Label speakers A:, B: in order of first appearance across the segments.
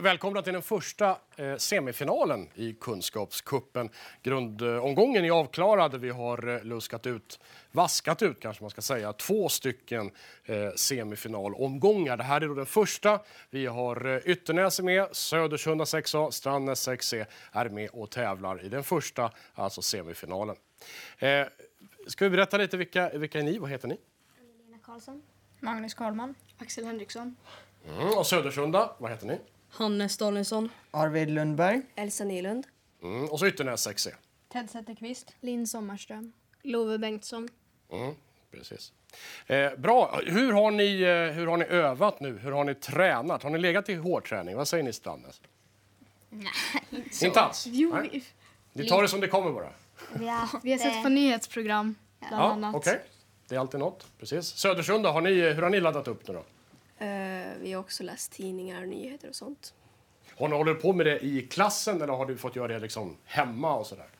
A: välkomna till den första semifinalen i Kunskapskuppen. Grundomgången är avklarad. Vi har vaskat ut kanske man ska säga, 2 stycken semifinalomgångar. Det här är då den första. Vi har Ytternäs med, Södersunda 6A, Strandnäs 6C är med och tävlar i den första, alltså semifinalen. Ska vi berätta lite vilka är ni? Vad heter ni?
B: Lena Karlsson.
C: Magnus Karlman.
B: Axel Henriksson.
A: Och Södersunda, vad heter ni?
D: Hannes Danielsson.
E: Arvid Lundberg.
B: Elsa Nylund.
A: Och så Ytternäs 6C.
C: Ted Zetterqvist.
B: Linn Sommarström. Love Bengtsson.
A: Precis. Bra. Hur har ni övat nu? Hur har ni tränat? Har ni legat i hårdträning? Vad säger ni, Strandnäs?
B: Nej,
A: Inte alls?
B: Jo,
A: Ni tar det som det kommer bara.
B: vi har sett på nyhetsprogram bland annat.
A: Okej. Det är alltid något. Precis. Södersunda, hur har ni laddat upp nu då?
B: Vi har också läst tidningar och nyheter och sånt.
A: Har ni hållit på med det i klassen eller har du fått göra det liksom hemma och sådär?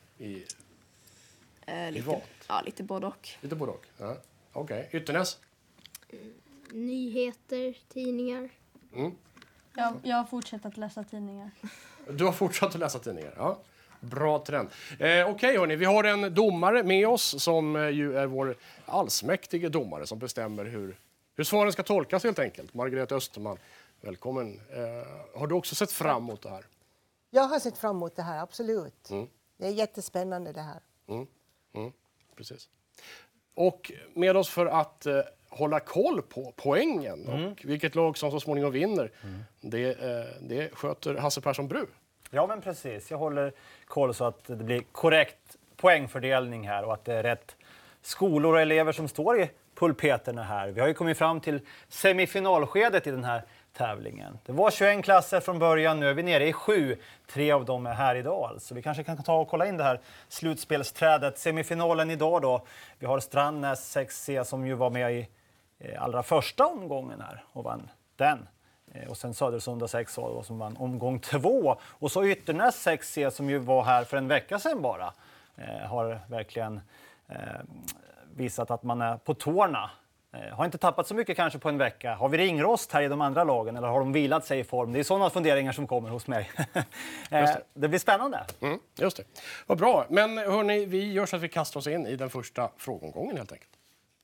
B: Lite både och.
A: Lite både och. Ja. Okej. Ytternäs?
B: Nyheter, tidningar.
C: Jag har fortsatt att läsa tidningar.
A: Du har fortsatt att läsa tidningar, ja. Bra trend. Okej, hörni, vi har en domare med oss som ju är vår allsmäktige domare som bestämmer hur svaren ska tolkas helt enkelt. Margareta Österman, välkommen. Har du också sett fram emot det här?
E: Jag har sett fram emot det här, absolut. Det är jättespännande det här.
A: Precis. Och med oss för att hålla koll på poängen och vilket lag som så småningom vinner, det sköter Hasse Persson Bru.
F: Ja, men precis. Jag håller koll så att det blir korrekt poängfördelning här och att det är rätt skolor och elever som står i pulpeterna här. Vi har ju kommit fram till semifinalskedet i den här tävlingen. Det var 21 klasser från början, nu är vi nere i 7. 3 av dem är här idag. Så vi kanske kan ta och kolla in det här slutspelsträdet. Semifinalen idag då. Vi har Strandnäs 6C som ju var med i allra första omgången här och vann den. Och sen Södersunda 6A som vann omgång 2. Och så Ytternäs 6C som ju var här för en vecka sedan bara. Har verkligen visat att man är på tårna. Har inte tappat så mycket kanske på en vecka. Har vi ringrost här i de andra lagen eller har de vilat sig i form? Det är sådana funderingar som kommer hos mig. Det blir spännande.
A: Just det. Vad bra. Men hörni, vi gör så att vi kastar oss in i den första frågeomgången helt enkelt.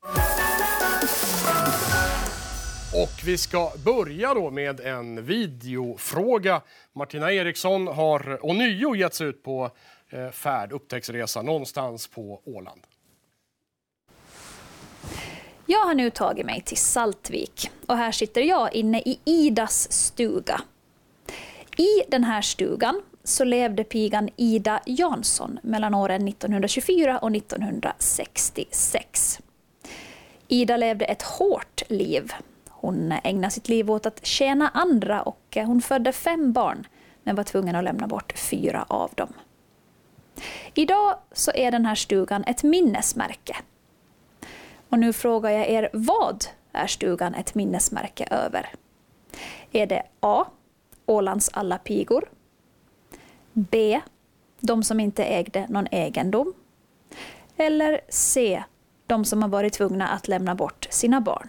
A: Och vi ska börja då med en videofråga. Martina Eriksson har ånyo gett sig ut på upptäcktsresa någonstans på Åland.
G: Jag har nu tagit mig till Saltvik och här sitter jag inne i Idas stuga. I den här stugan så levde pigan Ida Jansson mellan åren 1924 och 1966. Ida levde ett hårt liv. Hon ägnade sitt liv åt att tjäna andra och hon födde 5 barn men var tvungen att lämna bort 4 av dem. Idag så är den här stugan ett minnesmärke. Och nu frågar jag er, vad är stugan ett minnesmärke över? Är det A. Ålands alla pigor? B. De som inte ägde någon egendom? Eller C. De som har varit tvungna att lämna bort sina barn?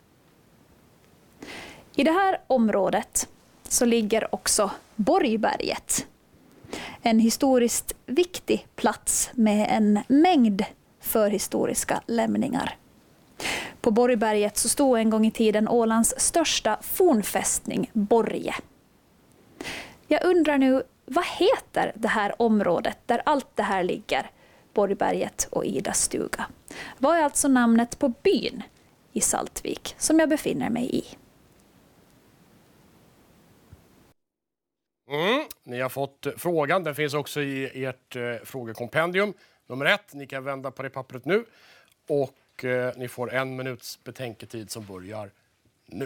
G: I det här området så ligger också Borgberget. En historiskt viktig plats med en mängd förhistoriska lämningar. På Borgberget så stod en gång i tiden Ålands största fornfästning, Borge. Jag undrar nu, vad heter det här området där allt det här ligger? Borgberget och Idas stuga. Vad är alltså namnet på byn i Saltvik som jag befinner mig i?
A: Ni har fått frågan. Den finns också i ert frågekompendium. Nummer 1. Ni kan vända på det pappret nu. Och ni får 1 minuts betänketid som börjar nu.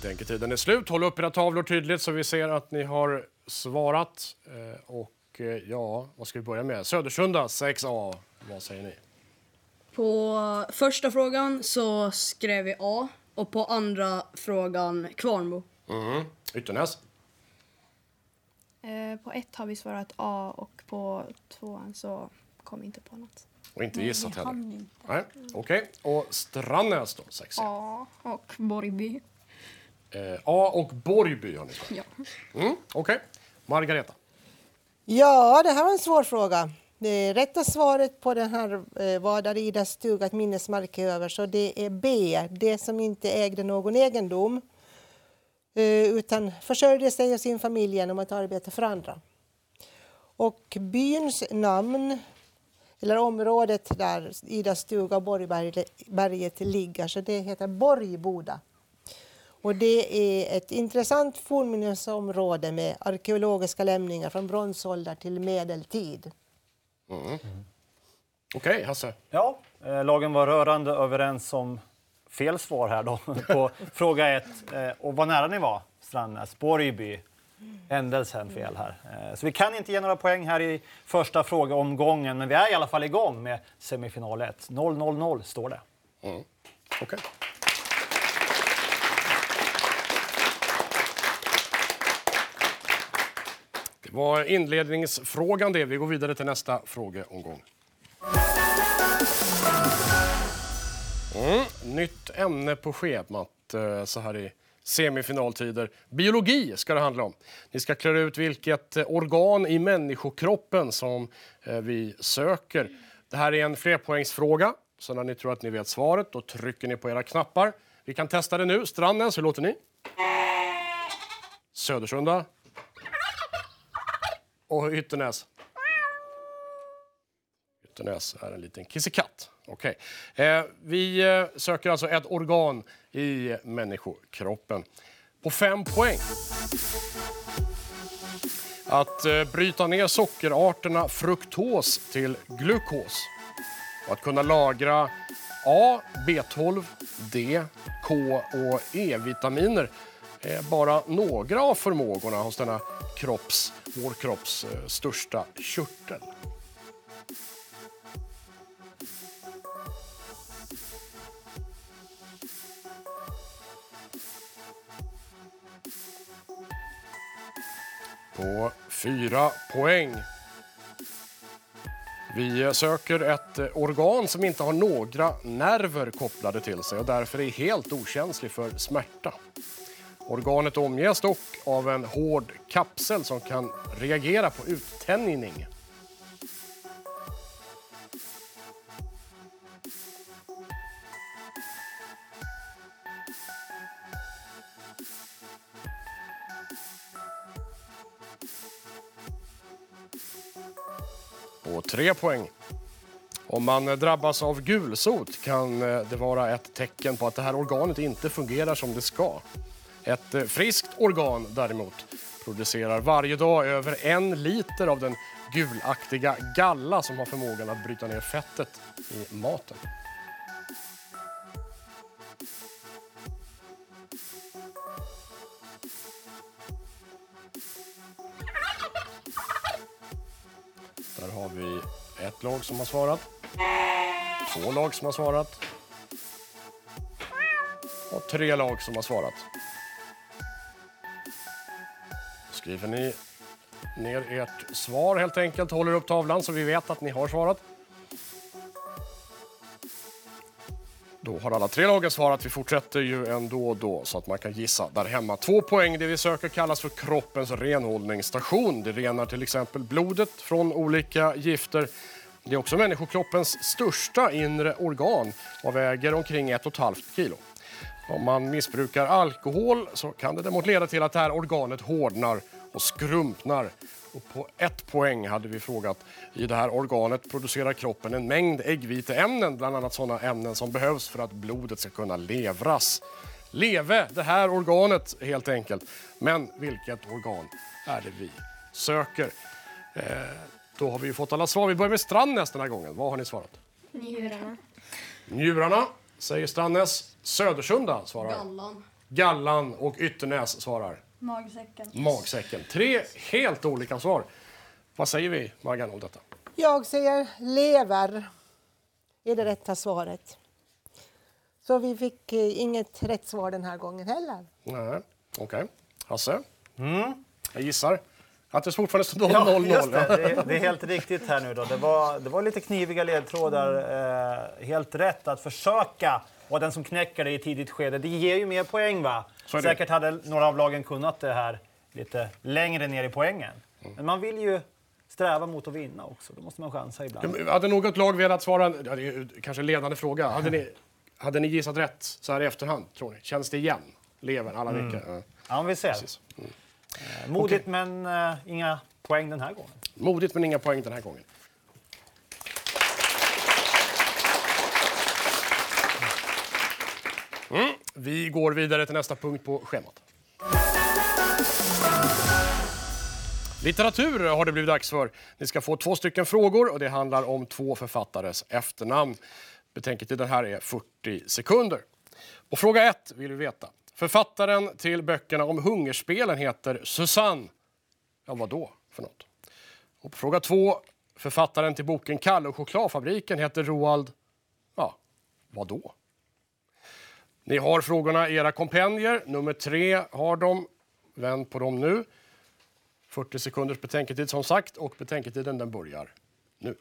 A: helt enkelt. Tiden är slut. Håll upp era tavlor tydligt så vi ser att ni har svarat. Ja, vad ska vi börja med? Södersunda 6A. Vad säger ni?
D: På första frågan så skrev vi A och på andra frågan Kvarnbo.
A: Ytternäs?
B: På 1 har vi svarat A och på 2 så kom vi inte på något.
A: Och inte gissat heller.
C: Han inte.
A: Nej, okej. Och Strandnäs då, 6C.
B: A och Borgby.
A: A och Borgby har ni svarat.
B: Ja.
A: Okej. Margareta?
E: Ja, det här var en svår fråga. Det rätta svaret på den här vad är Idas stuga ett minnesmark över, så det är B. Det som inte ägde någon egendom utan försörjde sig och sin familj genom att arbeta för andra. Och byns namn, eller området där Idas stuga och Borgberget ligger, så det heter Borgboda. Och det är ett intressant fornminnesområde med arkeologiska lämningar från bronsålder till medeltid.
A: Okej, Hasse?
F: Ja, lagen var rörande överens om fel svar här då på fråga 1. Och vad nära ni var, Strandnäs, Borgby. Händelsen fel här. Så vi kan inte ge några poäng här i första frågeomgången, men vi är i alla fall igång med semifinal 1. 0-0-0 står det.
A: Okej. Det var inledningsfrågan det. Vi går vidare till nästa frågeomgång. Nytt ämne på schemat så här i semifinaltider. Biologi ska det handla om. Ni ska klara ut vilket organ i människokroppen som vi söker. Det här är en flerpoängsfråga, så när ni tror att ni vet svaret då trycker ni på era knappar. Vi kan testa det nu. Strandnäs, hur låter ni? Södersunda. Och Ytternäs. Ytternäs är en liten kissekatt. Okej. Vi söker alltså ett organ i människokroppen. På 5 poäng. Att bryta ner sockerarterna fruktos till glukos. Och att kunna lagra A, B12, D, K och E-vitaminer är bara några av förmågorna hos denna vår kropps största körtel. På 4 poäng. Vi söker ett organ som inte har några nerver kopplade till sig och därför är helt okänslig för smärta. Organet omges dock av en hård kapsel som kan reagera på uttänjning. Och 3 poäng. Om man drabbas av gulsot kan det vara ett tecken på att det här organet inte fungerar som det ska. Ett friskt organ däremot producerar varje dag över 1 liter av den gulaktiga galla som har förmågan att bryta ner fettet i maten. Där har vi ett lag som har svarat. 2 lag som har svarat. Och 3 lag som har svarat. Skriver ni ner ert svar helt enkelt. Håller upp tavlan så vi vet att ni har svarat. Då har alla 3 lagen svarat. Vi fortsätter ju ändå och då så att man kan gissa där hemma. 2 poäng. Det vi söker kallas för kroppens renhållningsstation. Det renar till exempel blodet från olika gifter. Det är också människokroppens största inre organ och väger omkring 1,5 kilo. Om man missbrukar alkohol så kan det däremot leda till att det här organet hårdnar och skrumpnar. Och på 1 poäng hade vi frågat, i det här organet producerar kroppen en mängd äggviteämnen, bland annat sådana ämnen som behövs för att blodet ska kunna levras. Leve, det här organet helt enkelt. Men vilket organ är det vi söker? Då har vi ju fått alla svar. Vi börjar med Strandnäs den här gången. Vad har ni svarat?
B: Njurarna.
A: Njurarna, säger Strandnäs. Södersunda svarar.
D: Gallan.
A: Gallan och Ytternäs svarar
C: Magsäcken.
A: magsäcken. 3 helt olika svar. Vad säger vi, Maggan, om detta?
E: Jag säger lever är det rätta svaret. Så vi fick inget rätt svar den här gången heller.
A: Nej, okej. Hasse? Jag gissar att det fortfarande står 0-0.
F: Ja, just det. Det är helt riktigt här nu då. Det var lite kniviga ledtrådar. Helt rätt att försöka vara den som knäcker det i tidigt skede. Det ger ju mer poäng, va? Säkert hade några av lagen kunnat det här lite längre ner i poängen. Men man vill ju sträva mot att vinna också. Då måste man chansa ibland.
A: Hade något lag velat svara, det är kanske en ledande fråga, hade ni gissat rätt så här i efterhand, tror ni? Känns det igen? Lever alla veckor?
F: Ja, vi ser. Modigt, men inga poäng den här gången.
A: Modigt, men inga poäng den här gången. Vi går vidare till nästa punkt på schemat. Litteratur har det blivit dags för. Ni ska få 2 stycken frågor och det handlar om 2 författares efternamn. Betänketiden här är 40 sekunder. Och fråga 1 vill vi veta. Författaren till böckerna om hungerspelen heter Susanne. Ja, vad då för något? Och på fråga 2. Författaren till boken Kalle och chokladfabriken heter Roald. Ja, vad då? Ni har frågorna i era kompendier. Nummer 3 har de. Vänd på dem nu. 40 sekunders betänketid som sagt och betänketiden den börjar nu.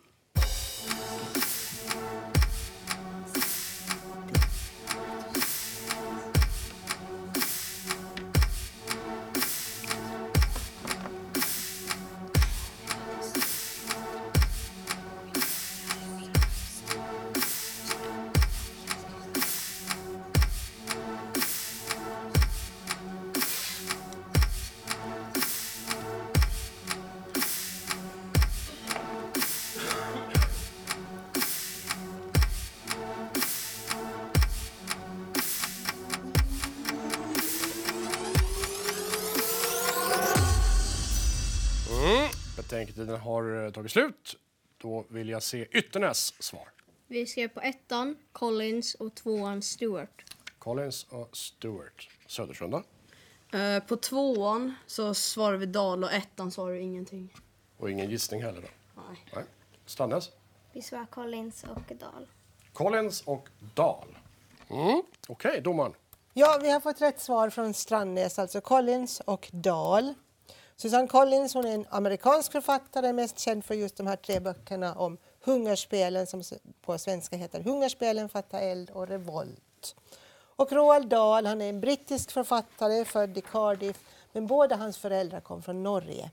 A: Betänketiden har tagit slut. Då vill jag se Ytternäs svar.
D: Vi skrev på 1:an Collins och 2:an Stewart.
A: Collins och Stewart. Södersunda.
D: På 2:an så svarade vi Dahl och 1:an svarade vi ingenting.
A: Och ingen gissning heller då?
D: Nej.
A: Stannes?
B: Vi svarar Collins och Dahl.
A: Collins och Dahl. Okej, domaren.
E: Ja, vi har fått rätt svar från Strandnäs, alltså Collins och Dahl. Susanne Collins, hon är en amerikansk författare, mest känd för just de här 3 böckerna om hungerspelen som på svenska heter Hungerspelen, Fatta eld och Revolt. Och Roald Dahl, han är en brittisk författare född i Cardiff, men båda hans föräldrar kom från Norge.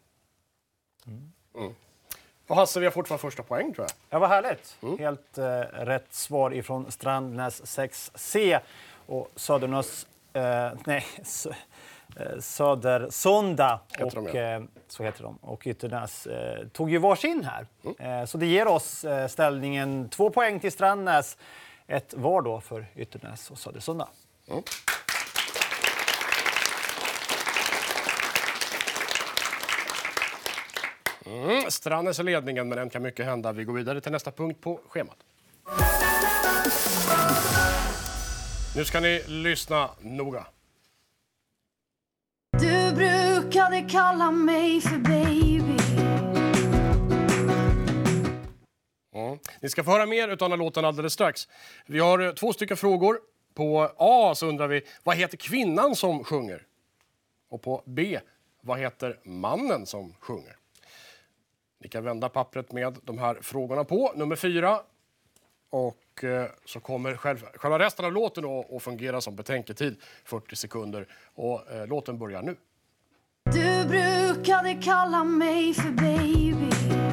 A: Och Hasse, vi har fortfarande första poäng tror jag.
F: Ja, vad härligt. Helt rätt svar ifrån Strandnäs 6C. Och Södersunda så heter de. Och Ytternäs tog ju varsin här. Så det ger oss ställningen 2 poäng till Strandnäs. 1 var då för Ytternäs och Södersunda.
A: Strandnäs är ledningen, men än kan mycket hända. Vi går vidare till nästa punkt på schemat. Nu ska ni lyssna noga.
H: Du brukade kalla mig för baby.
A: Ni ska få höra mer av den här låten alldeles strax. Vi har 2 stycken frågor. På A så undrar vi, vad heter kvinnan som sjunger? Och på B, vad heter mannen som sjunger? Ni kan vända pappret med de här frågorna på. Nummer 4. Och så kommer själva resten av låten att fungera som betänketid. 40 sekunder. Och låten börjar nu.
H: Du brukade kalla mig för baby.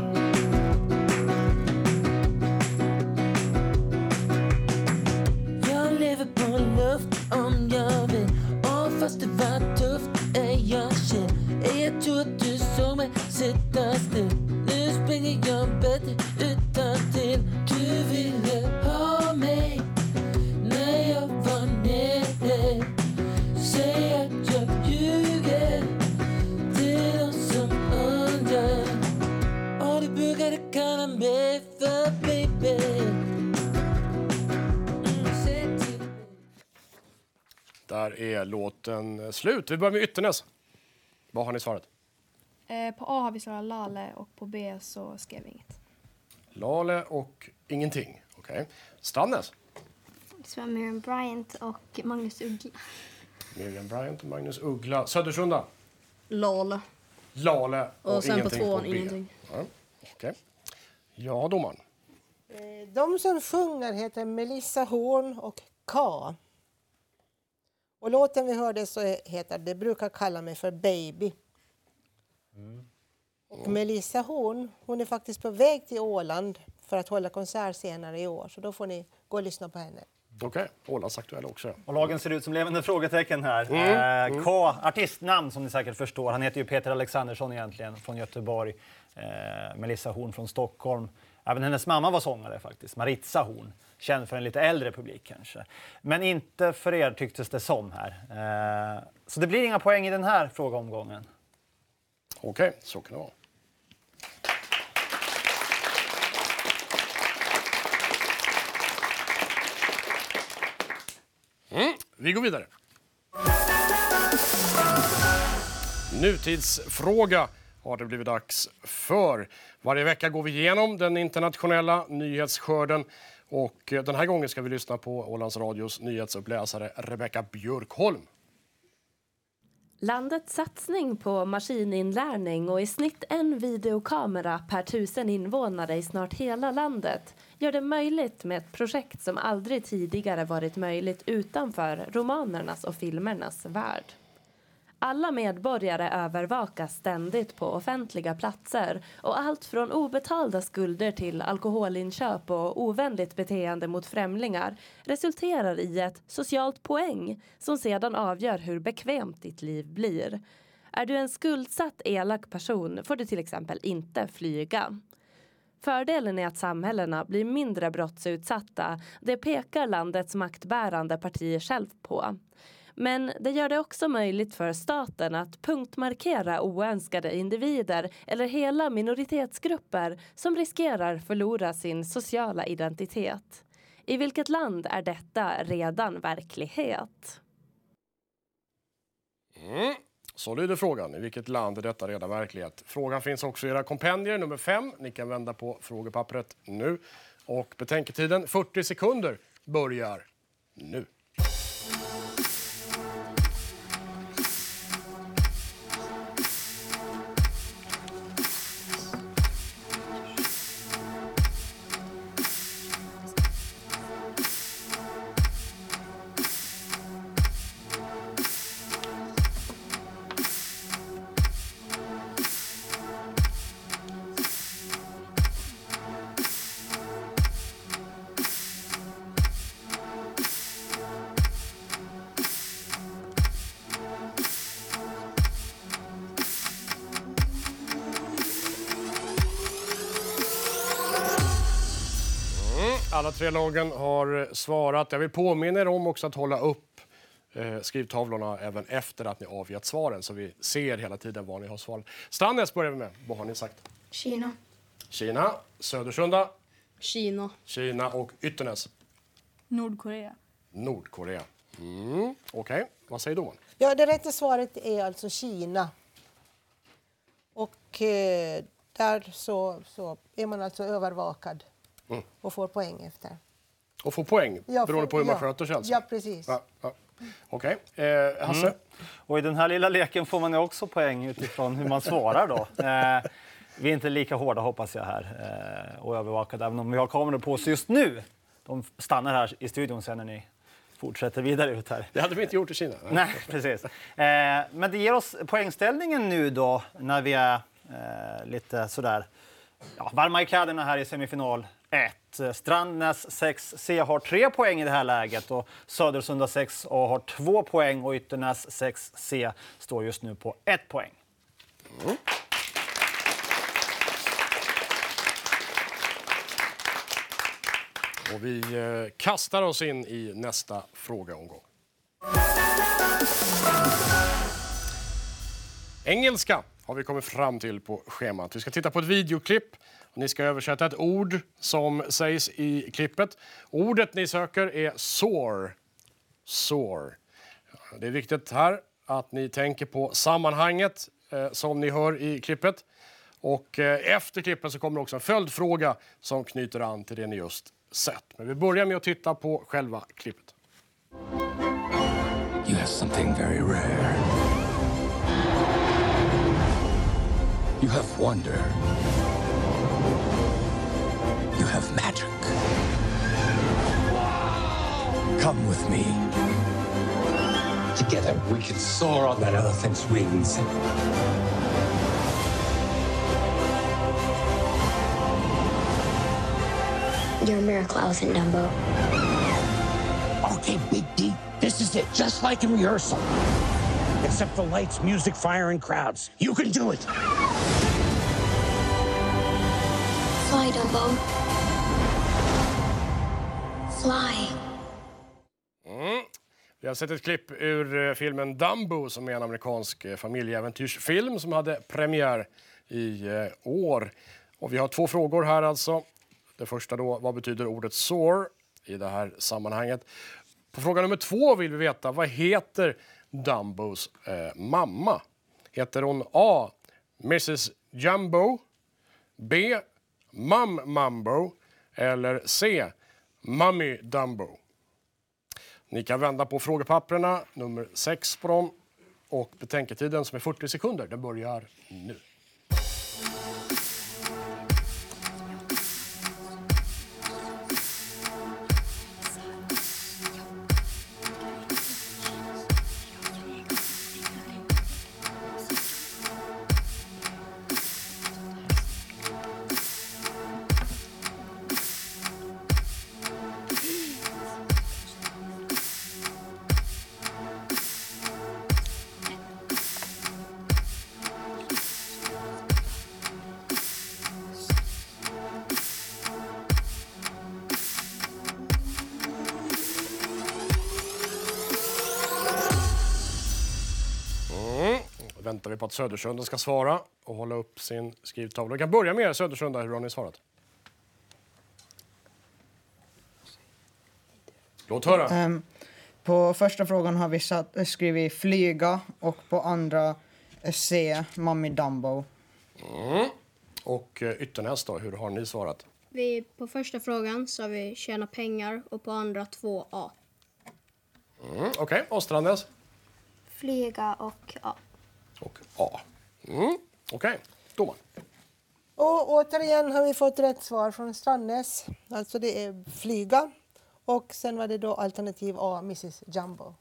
I: Jag lever på luft om jag vill. Och fast det var tufft är jag chill. Jag tror att du såg mig sitta still. Nu springer jag bättre utan till. Du ville ha mig när jag var nere. Säg att jag ljuger till de som undrar. Och du brukade kalla mig för baby.
A: Där där är låten slut. Vi börjar med Ytternäs. Vad har ni svarat?
B: På A har vi svarat Lale och på B så skrev vi inget.
A: Lale och ingenting. Okej. Strandnäs.
C: Det var Miriam Bryant och Magnus Uggla.
A: Miriam Bryant och Magnus Uggla. Södersunda.
D: Lale.
A: Lale och
D: sen på
A: ingenting
D: tvåan
A: B.
D: ingenting.
A: Ja, okej. Ja, domaren.
E: De som sjunger heter Melissa Horn och K. Och låten vi hörde så heter Det brukar kalla mig för baby. Och Melissa Horn, hon är faktiskt på väg till Åland för att hålla konsert senare i år. Så då får ni gå och lyssna på henne.
A: Okej, Ålands aktuella också.
F: Och lagen ser ut som levande frågetecken här. Artistnamn som ni säkert förstår. Han heter ju Peter Alexandersson egentligen från Göteborg. Melissa Horn från Stockholm. Även hennes mamma var sångare faktiskt, Maritza Horn. Känd för en lite äldre publik kanske. Men inte för er tycktes det som här. Så det blir inga poäng i den här frågeomgången.
A: Okej, så kan det vara. Vi går vidare. Nutidsfråga har det blivit dags för. Varje vecka går vi igenom den internationella nyhetsskörden. Och den här gången ska vi lyssna på Ålands Radios nyhetsuppläsare Rebecka Björkholm.
J: Landets satsning på maskininlärning och i snitt en videokamera per 1000 invånare i snart hela landet gör det möjligt med ett projekt som aldrig tidigare varit möjligt utanför romanernas och filmernas värld. Alla medborgare övervakas ständigt på offentliga platser och allt från obetalda skulder till alkoholinköp och ovänligt beteende mot främlingar resulterar i ett socialt poäng som sedan avgör hur bekvämt ditt liv blir. Är du en skuldsatt elak person får du till exempel inte flyga. Fördelen är att samhällena blir mindre brottsutsatta. Det pekar landets maktbärande parti själv på. Men det gör det också möjligt för staten att punktmarkera oönskade individer eller hela minoritetsgrupper som riskerar förlora sin sociala identitet. I vilket land är detta redan verklighet?
A: Så lyder frågan. I vilket land är detta redan verklighet? Frågan finns också i era kompendier nummer 5. Ni kan vända på frågepappret nu. Och betänketiden 40 sekunder börjar nu. Alla tre lagen har svarat. Jag vill påminna er om också att hålla upp skrivtavlorna även efter att ni avgett svaren så vi ser hela tiden vad ni har svarat. Strandnäs börjar vi med. Vad har ni sagt?
B: Kina.
A: Kina. Södersunda.
D: Kina.
A: Kina och Ytternäs.
C: Nordkorea.
A: Nordkorea. Okej. Vad säger domaren?
E: Ja, det rätta svaret är alltså Kina. Och där så är man alltså övervakad och får poäng efter.
A: Och få poäng beroende på hur man sköter sig.
E: Ja, precis.
A: Ja. Okej. Hasse?
F: Och i den här lilla leken får man ju också poäng utifrån hur man svarar då. Vi är inte lika hårda hoppas jag här och övervakade även om vi har kameror på oss just nu. De stannar här i studion sen när ni fortsätter vidare ut här.
A: Det hade vi inte gjort i Kina.
F: Nej, precis. Men det ger oss poängställningen nu då när vi är lite sådär varma i kläderna här i semifinal 1. Strandnäs 6C har 3 poäng i det här läget och Södersunda 6A har 2 poäng och Ytternäs 6C står just nu på 1 poäng.
A: Och vi kastar oss in i nästa frågeomgång. Engelska har vi kommit fram till på schemat. Vi ska titta på ett videoklipp. Ni ska översätta ett ord som sägs i klippet. Ordet ni söker är sore. Sore. Det är viktigt här att ni tänker på sammanhanget som ni hör i klippet. Och efter klippet så kommer också en följdfråga som knyter an till det ni just sett. Men vi börjar med att titta på själva klippet.
K: You have something very rare. You have wonder. You have magic. Come with me. Together we can soar on that elephant's wings.
L: You're a miracle elephant, Dumbo.
K: Okay, Big D, this is it, just like in rehearsal. Except for lights, music, fire, and crowds. You can do it!
L: Fly, Dumbo. Fly.
A: Vi har sett ett klipp ur filmen Dumbo som är en amerikansk familjeäventyrsfilm som hade premiär i år. Och vi har 2 frågor här alltså. Det första då, vad betyder ordet soar i det här sammanhanget? På fråga nummer 2 vill vi veta, vad heter Dumbos mamma? Heter hon A. Mrs. Jumbo, B. Mum Mumbo eller C. Mummy Dumbo? Ni kan vända på frågepapperna, nummer 6 på dem. Och betänketiden som är 40 sekunder, den börjar nu. Väntar vi på att Södersunda ska svara och hålla upp sin skrivtavla. Vi kan börja med Södersunda. Hur har ni svarat? Låt höra.
M: På första frågan har vi skrivit flyga och på andra C, Mummy Dumbo.
A: Och Ytternäs då, hur har ni svarat?
N: På första frågan så har vi tjäna pengar och på andra 2A.
A: Okej, Åstrandes?
B: Flyga och A.
A: Och A. Okej, domaren.
E: Och återigen har vi fått rätt svar från Strandnäs. Alltså det är flyga. Och sen var det då alternativ A, Mrs. Jumbo.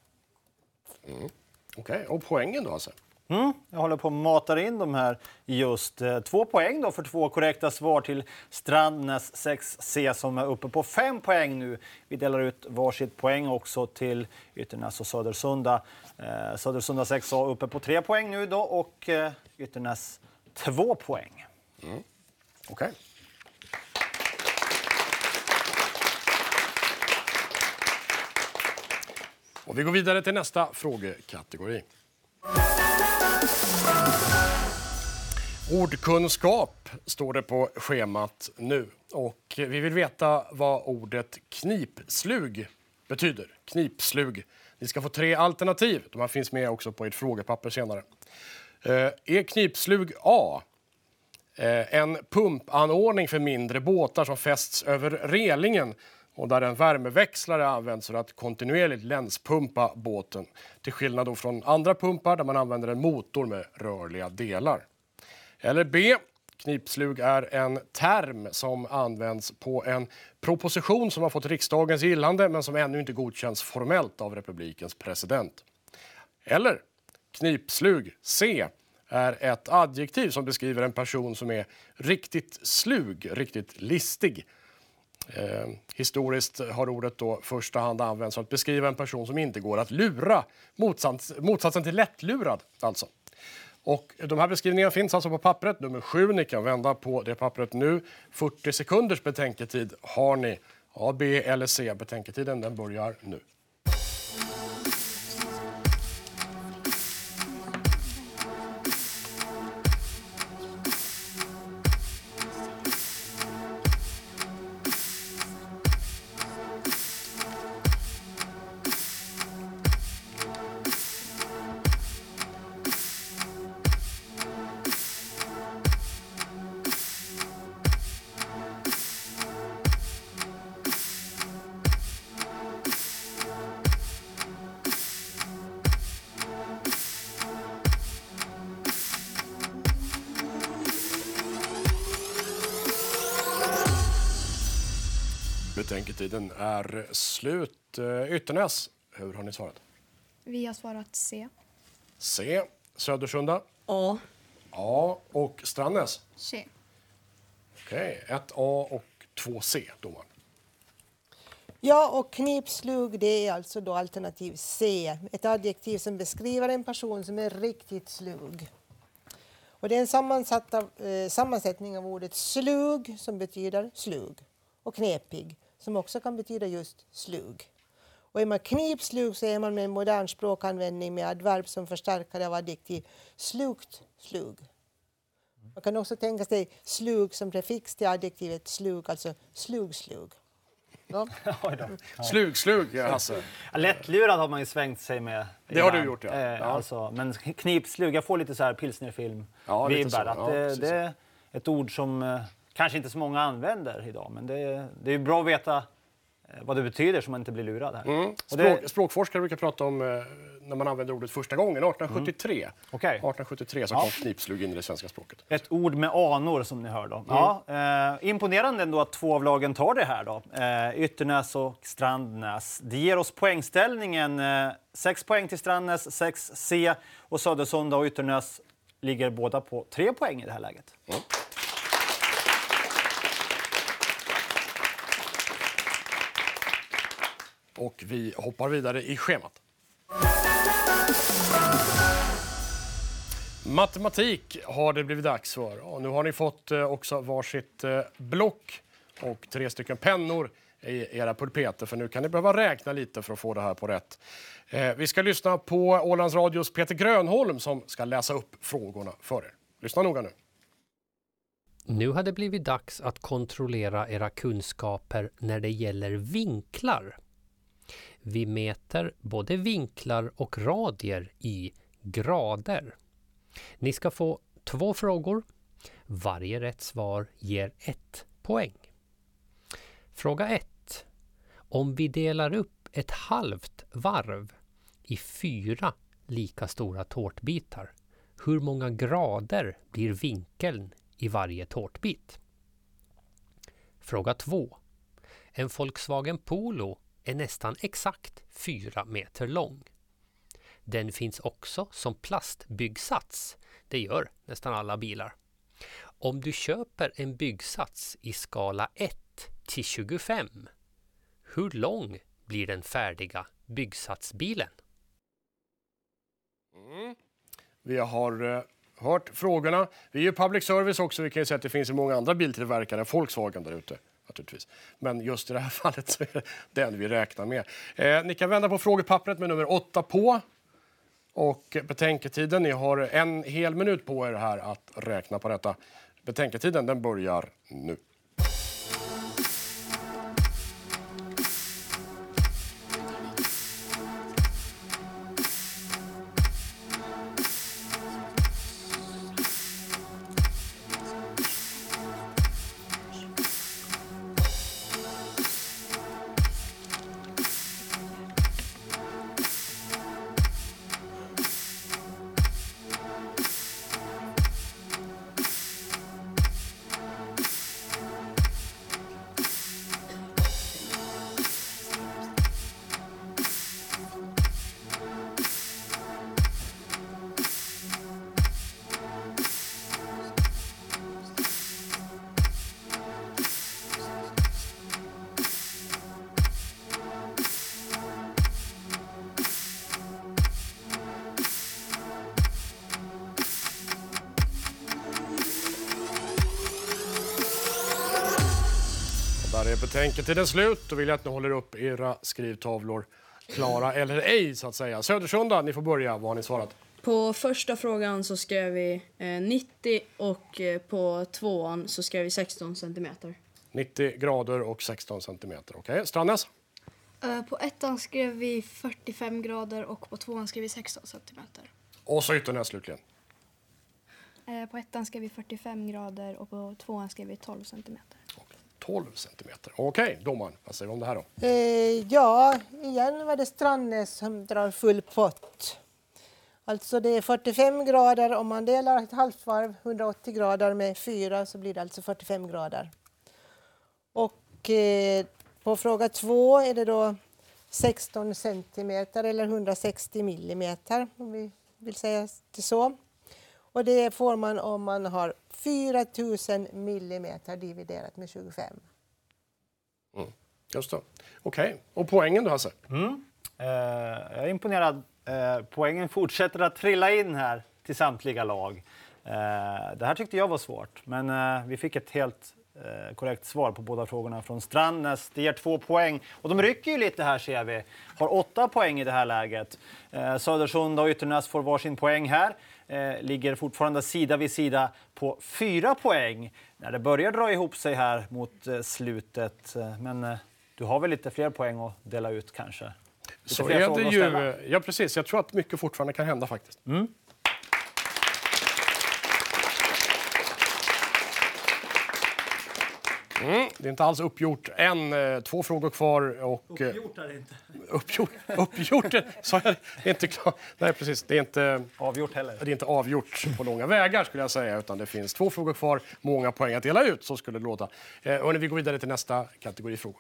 A: Okej, och poängen då alltså?
F: Jag håller på att mata in de här just 2 poäng då för 2 korrekta svar till Strandnäs 6C som är uppe på 5 poäng nu. Vi delar ut varsitt poäng också till Ytternäs och Södersunda. Södersunda 6A uppe på 3 poäng nu då och Ytternäs 2 poäng.
A: Okej. Och vi går vidare till nästa frågekategori. Ordkunskap står det på schemat nu. Och vi vill veta vad ordet knipslug betyder. Knipslug. Ni ska få 3 alternativ. De här finns med också på ert frågepapper senare. Är knipslug A en pumpanordning för mindre båtar som fästs över relingen och där en värmeväxlare används för att kontinuerligt länspumpa båten. Till skillnad då från andra pumpar där man använder en motor med rörliga delar. Eller B. Knipslug är en term som används på en proposition som har fått riksdagens gillande men som ännu inte godkänns formellt av republikens president. Eller knipslug C är ett adjektiv som beskriver en person som är riktigt slug, riktigt listig. Historiskt har ordet då första hand använts för att beskriva en person som inte går att lura, motsatsen till lättlurad alltså. Och de här beskrivningarna finns alltså på pappret nummer 7. Ni kan vända på det pappret nu. 40 sekunders betänketid har ni. A, B eller C. Betänketiden den börjar nu. betänketiden är slut. Ytternäs, hur har ni svarat?
B: Vi har svarat C.
A: C. Södersunda?
D: A.
A: A. Och Strandnäs?
B: C.
A: Okej, 1A och 2C, domaren.
E: Ja, och knipslug det är alltså då alternativ C. Ett adjektiv som beskriver en person som är riktigt slug. Och det är en sammansättning av ordet slug som betyder slug. Och knepig som också kan betyda just slug. Och är man knipslug så är man med en modern språkanvändning med adverb som förstärkare av adjektiv slugt slug. Man kan också tänka sig slug som prefix till adjektivet slug, alltså slug. Ja.
A: Slug, Hasse.
F: Lättlurad har man ju svängt sig med.
A: Det har du gjort, ja.
F: Alltså, men knipslug, jag får lite så här pilsnerfilm.
A: Ja, lite så.
F: Det är ett ord som kanske inte så många använder idag. Men det är bra att veta vad det betyder så man inte blir lurad här.
A: Språkforskare brukar prata om när man använder ordet första gången, 1873. 1873 så kom knipslug in i det svenska språket.
F: Ett ord med anor som ni hör då. Ja, imponerande ändå att 2 av lagen tar det här då. Ytternäs och Strandnäs. Det ger oss poängställningen 6 poäng till Strandnäs, 6C och Södersunda och Ytternäs ligger båda på 3 poäng i det här läget.
A: Och vi hoppar vidare i schemat. Matematik har det blivit dags för. Och nu har ni fått också varsitt block och 3 stycken pennor i era pulpeter. För nu kan ni behöva räkna lite för att få det här på rätt. Vi ska lyssna på Ålands Radios Peter Grönholm som ska läsa upp frågorna för er. Lyssna noga nu.
O: Nu har det blivit dags att kontrollera era kunskaper när det gäller vinklar. Vi mäter både vinklar och radier i grader. Ni ska få 2 frågor. Varje rätt svar ger 1 poäng. Fråga 1. Om vi delar upp ett halvt varv i 4 lika stora tårtbitar, hur många grader blir vinkeln i varje tårtbit? Fråga 2. En Volkswagen Polo är nästan exakt 4 meter lång. Den finns också som plastbyggsats. Det gör nästan alla bilar. Om du köper en byggsats i skala 1 till 25, hur lång blir den färdiga byggsatsbilen?
A: Vi har hört frågorna. Vi är ju public service också. Vi kan ju säga att det finns ju många andra biltillverkare än Volkswagen där ute. Naturligtvis. Men just i det här fallet så är det den vi räknar med. Ni kan vända på frågepappret med nummer 8 på. Och betänketiden, ni har 1 hel minut på er här att räkna på detta. Betänketiden, den börjar nu. Där är betänketiden slut. Då vill jag att ni håller upp era skrivtavlor klara eller ej så att säga. Södersunda, ni får börja. Vad har ni svarat?
D: På första frågan så skrev vi 90 och på 2:an så skrev vi 16 centimeter.
A: 90 grader och 16 centimeter. Okej, Strandnäs?
B: På 1:an skrev vi 45 grader och på 2:an skrev vi 16 centimeter.
A: Och så Ytternäs slutligen.
B: På 1:an skrev vi 45 grader och på 2:an skrev vi 12 centimeter.
A: 12 centimeter. Okej, domaren, vad säger vi om det här då?
E: Ja, igen var det Strandnäs som drar full pott. Alltså det är 45 grader, om man delar ett halvt varv, 180 grader med 4 så blir det alltså 45 grader. Och På fråga 2 är det då 16 centimeter eller 160 millimeter om vi vill säga det så. Och det får man om man har 4000 millimeter dividerat med 25.
A: Just det. Okej. Och poängen då, Hasse?
F: Jag är imponerad. Poängen fortsätter att trilla in här till samtliga lag. Det här tyckte jag var svårt, men vi fick ett helt korrekt svar på båda frågorna från Strandnäs. Det ger 2 poäng. Och de rycker ju lite här, ser vi. Har 8 poäng i det här läget. Södersunda och Ytternäs får varsin poäng här. Ligger fortfarande sida vid sida på 4 poäng. När det börjar dra ihop sig här mot slutet. Men du har väl lite fler poäng att dela ut kanske? Lite
A: Så
F: fler
A: är
F: frågor
A: det
F: att
A: ju.
F: ställa.
A: Ja, precis. Jag tror att mycket fortfarande kan hända faktiskt. Det är inte alls uppgjort än. 2 frågor kvar. Och,
F: Uppgjort är det inte.
A: Uppgjort så är det inte klart. Nej, precis. Det är inte
F: avgjort heller.
A: Det är inte avgjort på långa vägar skulle jag säga. Utan det finns 2 frågor kvar. Många poäng att dela ut. Så skulle det låta. Och vi går vidare till nästa kategori frågor.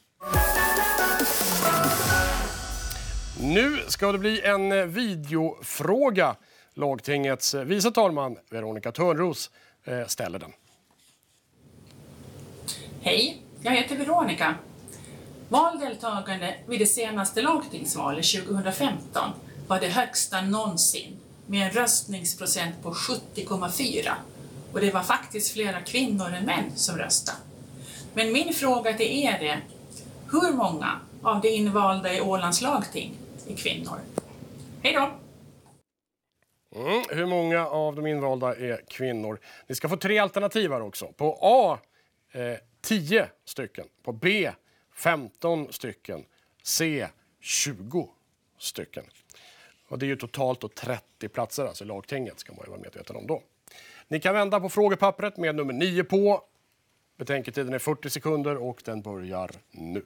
A: Nu ska det bli en videofråga. Lagtingets vice talman Veronica Törnros ställer den.
P: Hej, jag heter Veronica. Valdeltagande vid det senaste lagtingsvalet 2015 var det högsta någonsin med en röstningsprocent på 70,4. Och det var faktiskt flera kvinnor än män som röstade. Men min fråga till er är, hur många av de invalda i Ålands lagting är kvinnor? Hej då!
A: Hur många av de invalda är kvinnor? Ni ska få 3 alternativ här också. På A 10 stycken. På B 15 stycken. C 20 stycken. Och det är ju totalt då 30 platser alltså i lagtinget ska man ju vara medveten om då. Ni kan vända på frågepappret med nummer 9 på. Betänketiden är 40 sekunder och den börjar nu.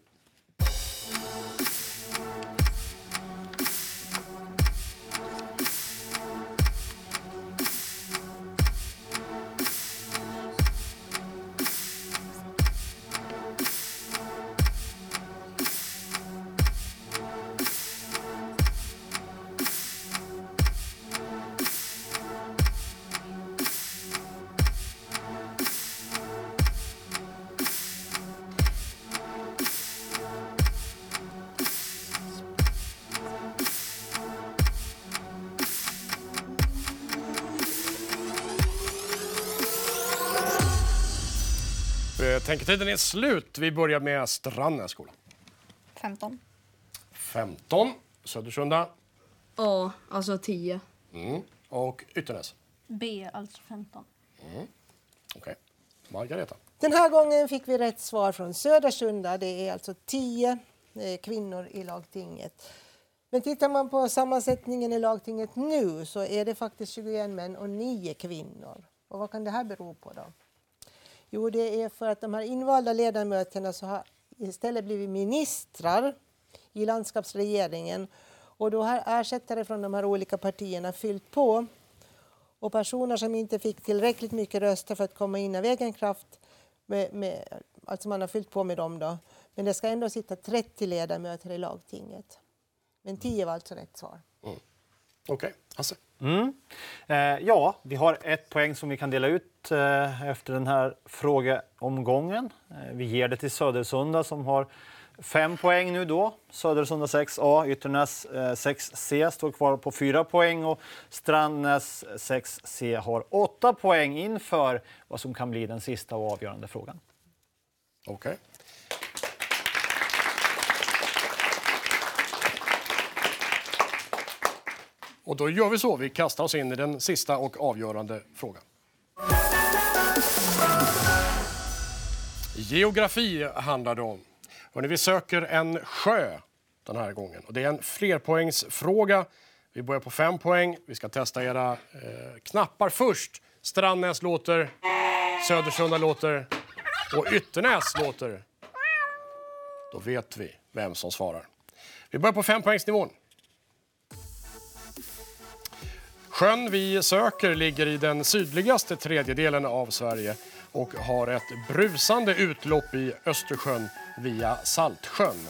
A: Betänketiden är slut. Vi börjar med Strandnäs skola.
B: 15.
A: 15. Södersunda.
D: A, alltså 10.
A: Och Ytternäs.
C: B, alltså 15.
A: Okej. Margareta.
E: Den här gången fick vi rätt svar från Södersunda. Det är alltså 10 kvinnor i lagtinget. Men tittar man på sammansättningen i lagtinget nu så är det faktiskt 21 män och 9 kvinnor. Och vad kan det här bero på då? Jo, det är för att de här invalda ledamöterna så har istället blivit ministrar i landskapsregeringen. Och då har ersättare från de här olika partierna fyllt på. Och personer som inte fick tillräckligt mycket röster för att komma in av egen kraft, alltså man har fyllt på med dem då. Men det ska ändå sitta 30 ledamöter i lagtinget. Men 10 var alltså rätt svar.
A: Okej, Hasse.
F: Ja, vi har 1 poäng som vi kan dela ut efter den här frågeomgången. Vi ger det till Södersunda som har 5 poäng nu då. Södersunda 6A, Ytternäs 6C står kvar på 4 poäng och Strandnäs 6C har 8 poäng inför vad som kan bli den sista och avgörande frågan.
A: Okej. Och då gör vi så. Vi kastar oss in i den sista och avgörande frågan. Geografi handlar det om. Och vi söker en sjö den här gången. Och det är en flerpoängsfråga. Vi börjar på 5 poäng. Vi ska testa era knappar först. Strandnäs låter, Södersunda låter och Ytternäs låter. Då vet vi vem som svarar. Vi börjar på 5-poängsnivån. Sjön vi söker ligger i den sydligaste tredjedelen av Sverige och har ett brusande utlopp i Östersjön via Saltsjön.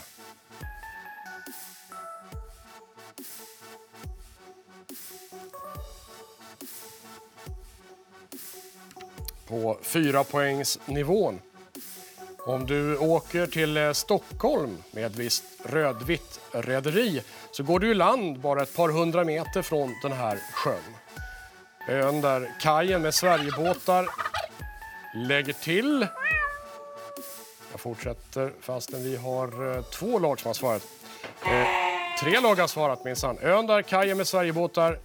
A: På 4-poängsnivån. Om du åker till Stockholm med ett visst rödvitt rederi så går du i land bara ett par 100 meter från den här sjön. Ön där kajen med Sverigebåtar lägger till. Jag fortsätter fastän vi har 2 lag som har svarat. 3 lag har svarat minsann. Ön där kajen med Sverigebåtar.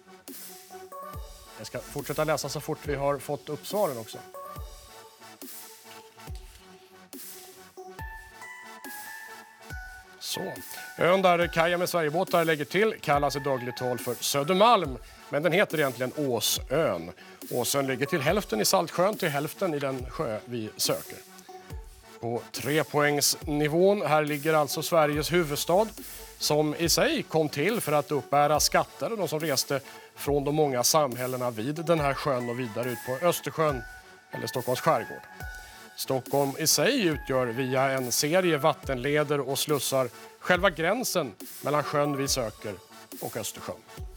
A: Jag ska fortsätta läsa så fort vi har fått upp svaren också. Så. Ön där kajen med Sverigebåtar lägger till kallas i dagligt tal för Södermalm, men den heter egentligen Åsön. Åsön ligger till hälften i Saltsjön, till hälften i den sjö vi söker. På 3-poängsnivån, här ligger alltså Sveriges huvudstad som i sig kom till för att uppbära skatter och de som reste från de många samhällena vid den här sjön och vidare ut på Östersjön eller Stockholms skärgård. Stockholm i sig utgör via en serie vattenleder och slussar själva gränsen mellan sjön vi söker och Östersjön.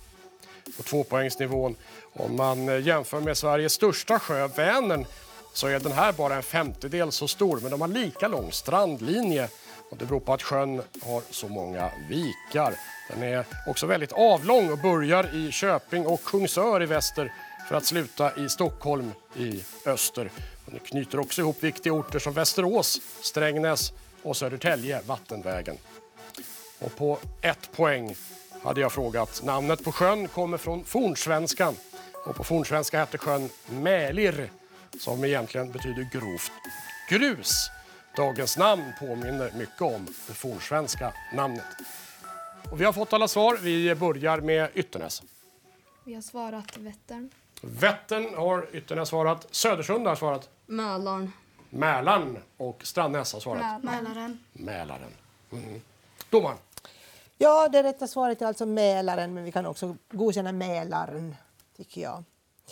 A: På 2-poängsnivån, om man jämför med Sveriges största sjö, Vänern, så är den här bara en 50-del så stor, men de har lika lång strandlinje och det beror på att sjön har så många vikar. Den är också väldigt avlång och börjar i Köping och Kungsör i väster för att sluta i Stockholm i öster. Den knyter också ihop viktiga orter som Västerås, Strängnäs och Södertälje vattenvägen. Och på 1 poäng hade jag frågat. Namnet på sjön kommer från fornsvenskan. Och på fornsvenska hette sjön Mälir, som egentligen betyder grovt grus. Dagens namn påminner mycket om det fornsvenska namnet. Och vi har fått alla svar. Vi börjar med Ytternäs.
B: Vi har svarat Vättern.
A: Vättern har Ytternäs svarat. Södersund har svarat.
D: Mälaren.
A: Mälaren och Strandnäs har svarat.
B: Mälaren.
A: Mälaren. Mm. Domaren.
E: Ja, det rätta svaret är alltså Mälaren, men vi kan också godkänna Mälaren, tycker jag.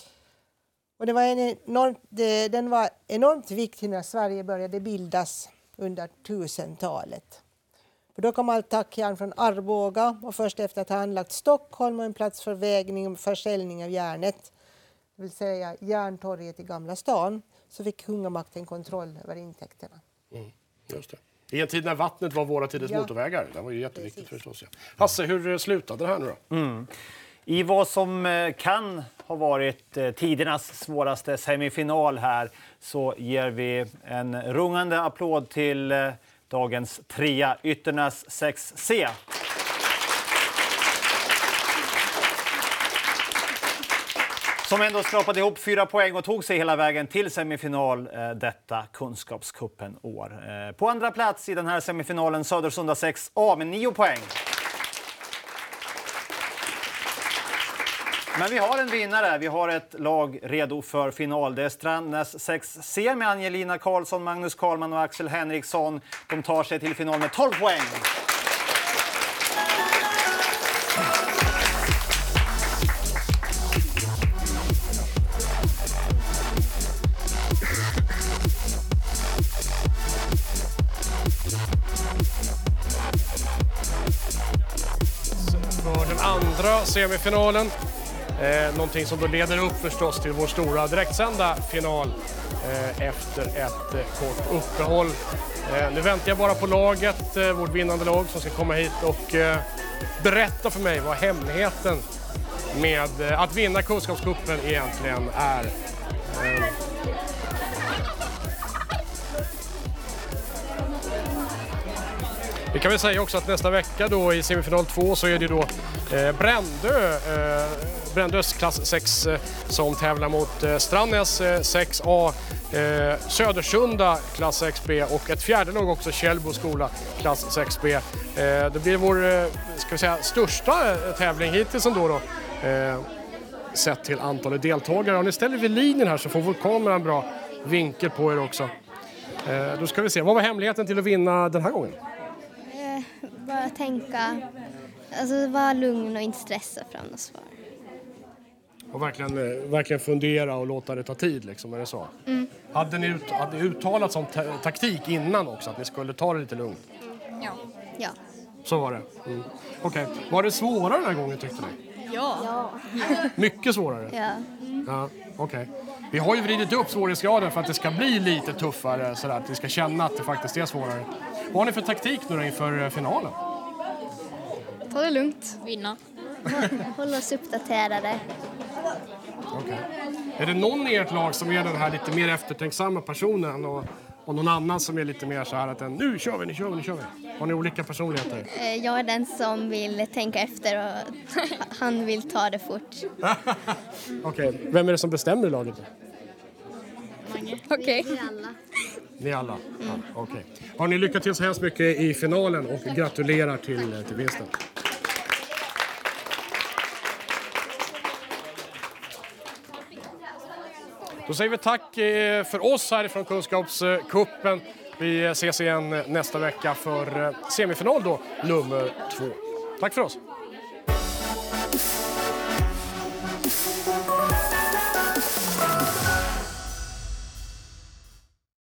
E: Och det var den var enormt viktig när Sverige började bildas under 1000-talet. För då kom allt tackjärn från Arboga och först efter att ha anlagt Stockholm och en plats för vägning och försäljning av järnet, det vill säga Järntorget i Gamla stan, så fick kungamakten kontroll över intäkterna.
A: Mm, just det. I en tid när vattnet var våra tiders motorvägar. Det var ju jätteviktigt förstås. Ja. Hasse, hur slutade det här nu då?
F: I vad som kan ha varit tidernas svåraste semifinal här så ger vi en rungande applåd till dagens trea, Ytternäs 6C. Som ändå skrapade ihop 4 poäng och tog sig hela vägen till semifinal detta Kunskapscupen-år. På andra plats i den här semifinalen Södersunda 6A med 9 poäng. Men vi har en vinnare. Vi har ett lag redo för final. Det är Strandnäs 6C med Angelina Karlsson, Magnus Karlman och Axel Henriksson. De tar sig till final med 12 poäng.
A: För den andra semifinalen. Någonting som då leder upp förstås till vår stora direktsända final efter ett kort uppehåll. Nu väntar jag bara på laget, vårt vinnande lag som ska komma hit och berätta för mig vad hemligheten med att vinna Kunskapscupen egentligen är. Vi kan väl säga också att nästa vecka då i semifinal 2 så är det då Brändös klass 6 som tävlar mot Strandnäs 6A, Södersunda klass 6B och ett fjärde lag också, Källbo skola klass 6B. Det blir vår ska vi säga, största tävling hittills ändå då, sett till antalet deltagare. Om ni ställer vid linjen här så får vår kamera en bra vinkel på er också. Då ska vi se, vad var hemligheten till att vinna den här gången?
Q: Bara tänka, alltså vara lugn och inte stressa fram något svar.
A: Och verkligen fundera och låta det ta tid, liksom, är det så?
B: Mm.
A: Hade ni uttalat som taktik innan också, att ni skulle ta det lite lugnt?
B: Ja.
A: Så var det? Mm. Okej. Var det svårare den här gången, tyckte ni?
B: Ja.
A: Mycket svårare?
B: Ja.
A: Ja, okej. Vi har ju vridit upp svårighetsgraden för att det ska bli lite tuffare, så att vi ska känna att det faktiskt är svårare. Vad har ni för taktik nu då inför finalen?
B: Ta det lugnt.
Q: Vinna. Hålla oss uppdaterade.
A: Okej. Är det någon i ert lag som är den här lite mer eftertänksamma personen och någon annan som är lite mer så här att nu kör vi. Har ni olika personligheter?
Q: Jag är den som vill tänka efter och han vill ta det fort.
A: Okej. Vem är det som bestämmer i laget?
Q: Okej.
A: Ni alla? Ja, okej. Har ni lyckats till så hemskt mycket i finalen och gratulerar till vinsten. Då säger vi tack för oss härifrån Kunskapskuppen. Vi ses igen nästa vecka för semifinal då, nummer 2. Tack för oss.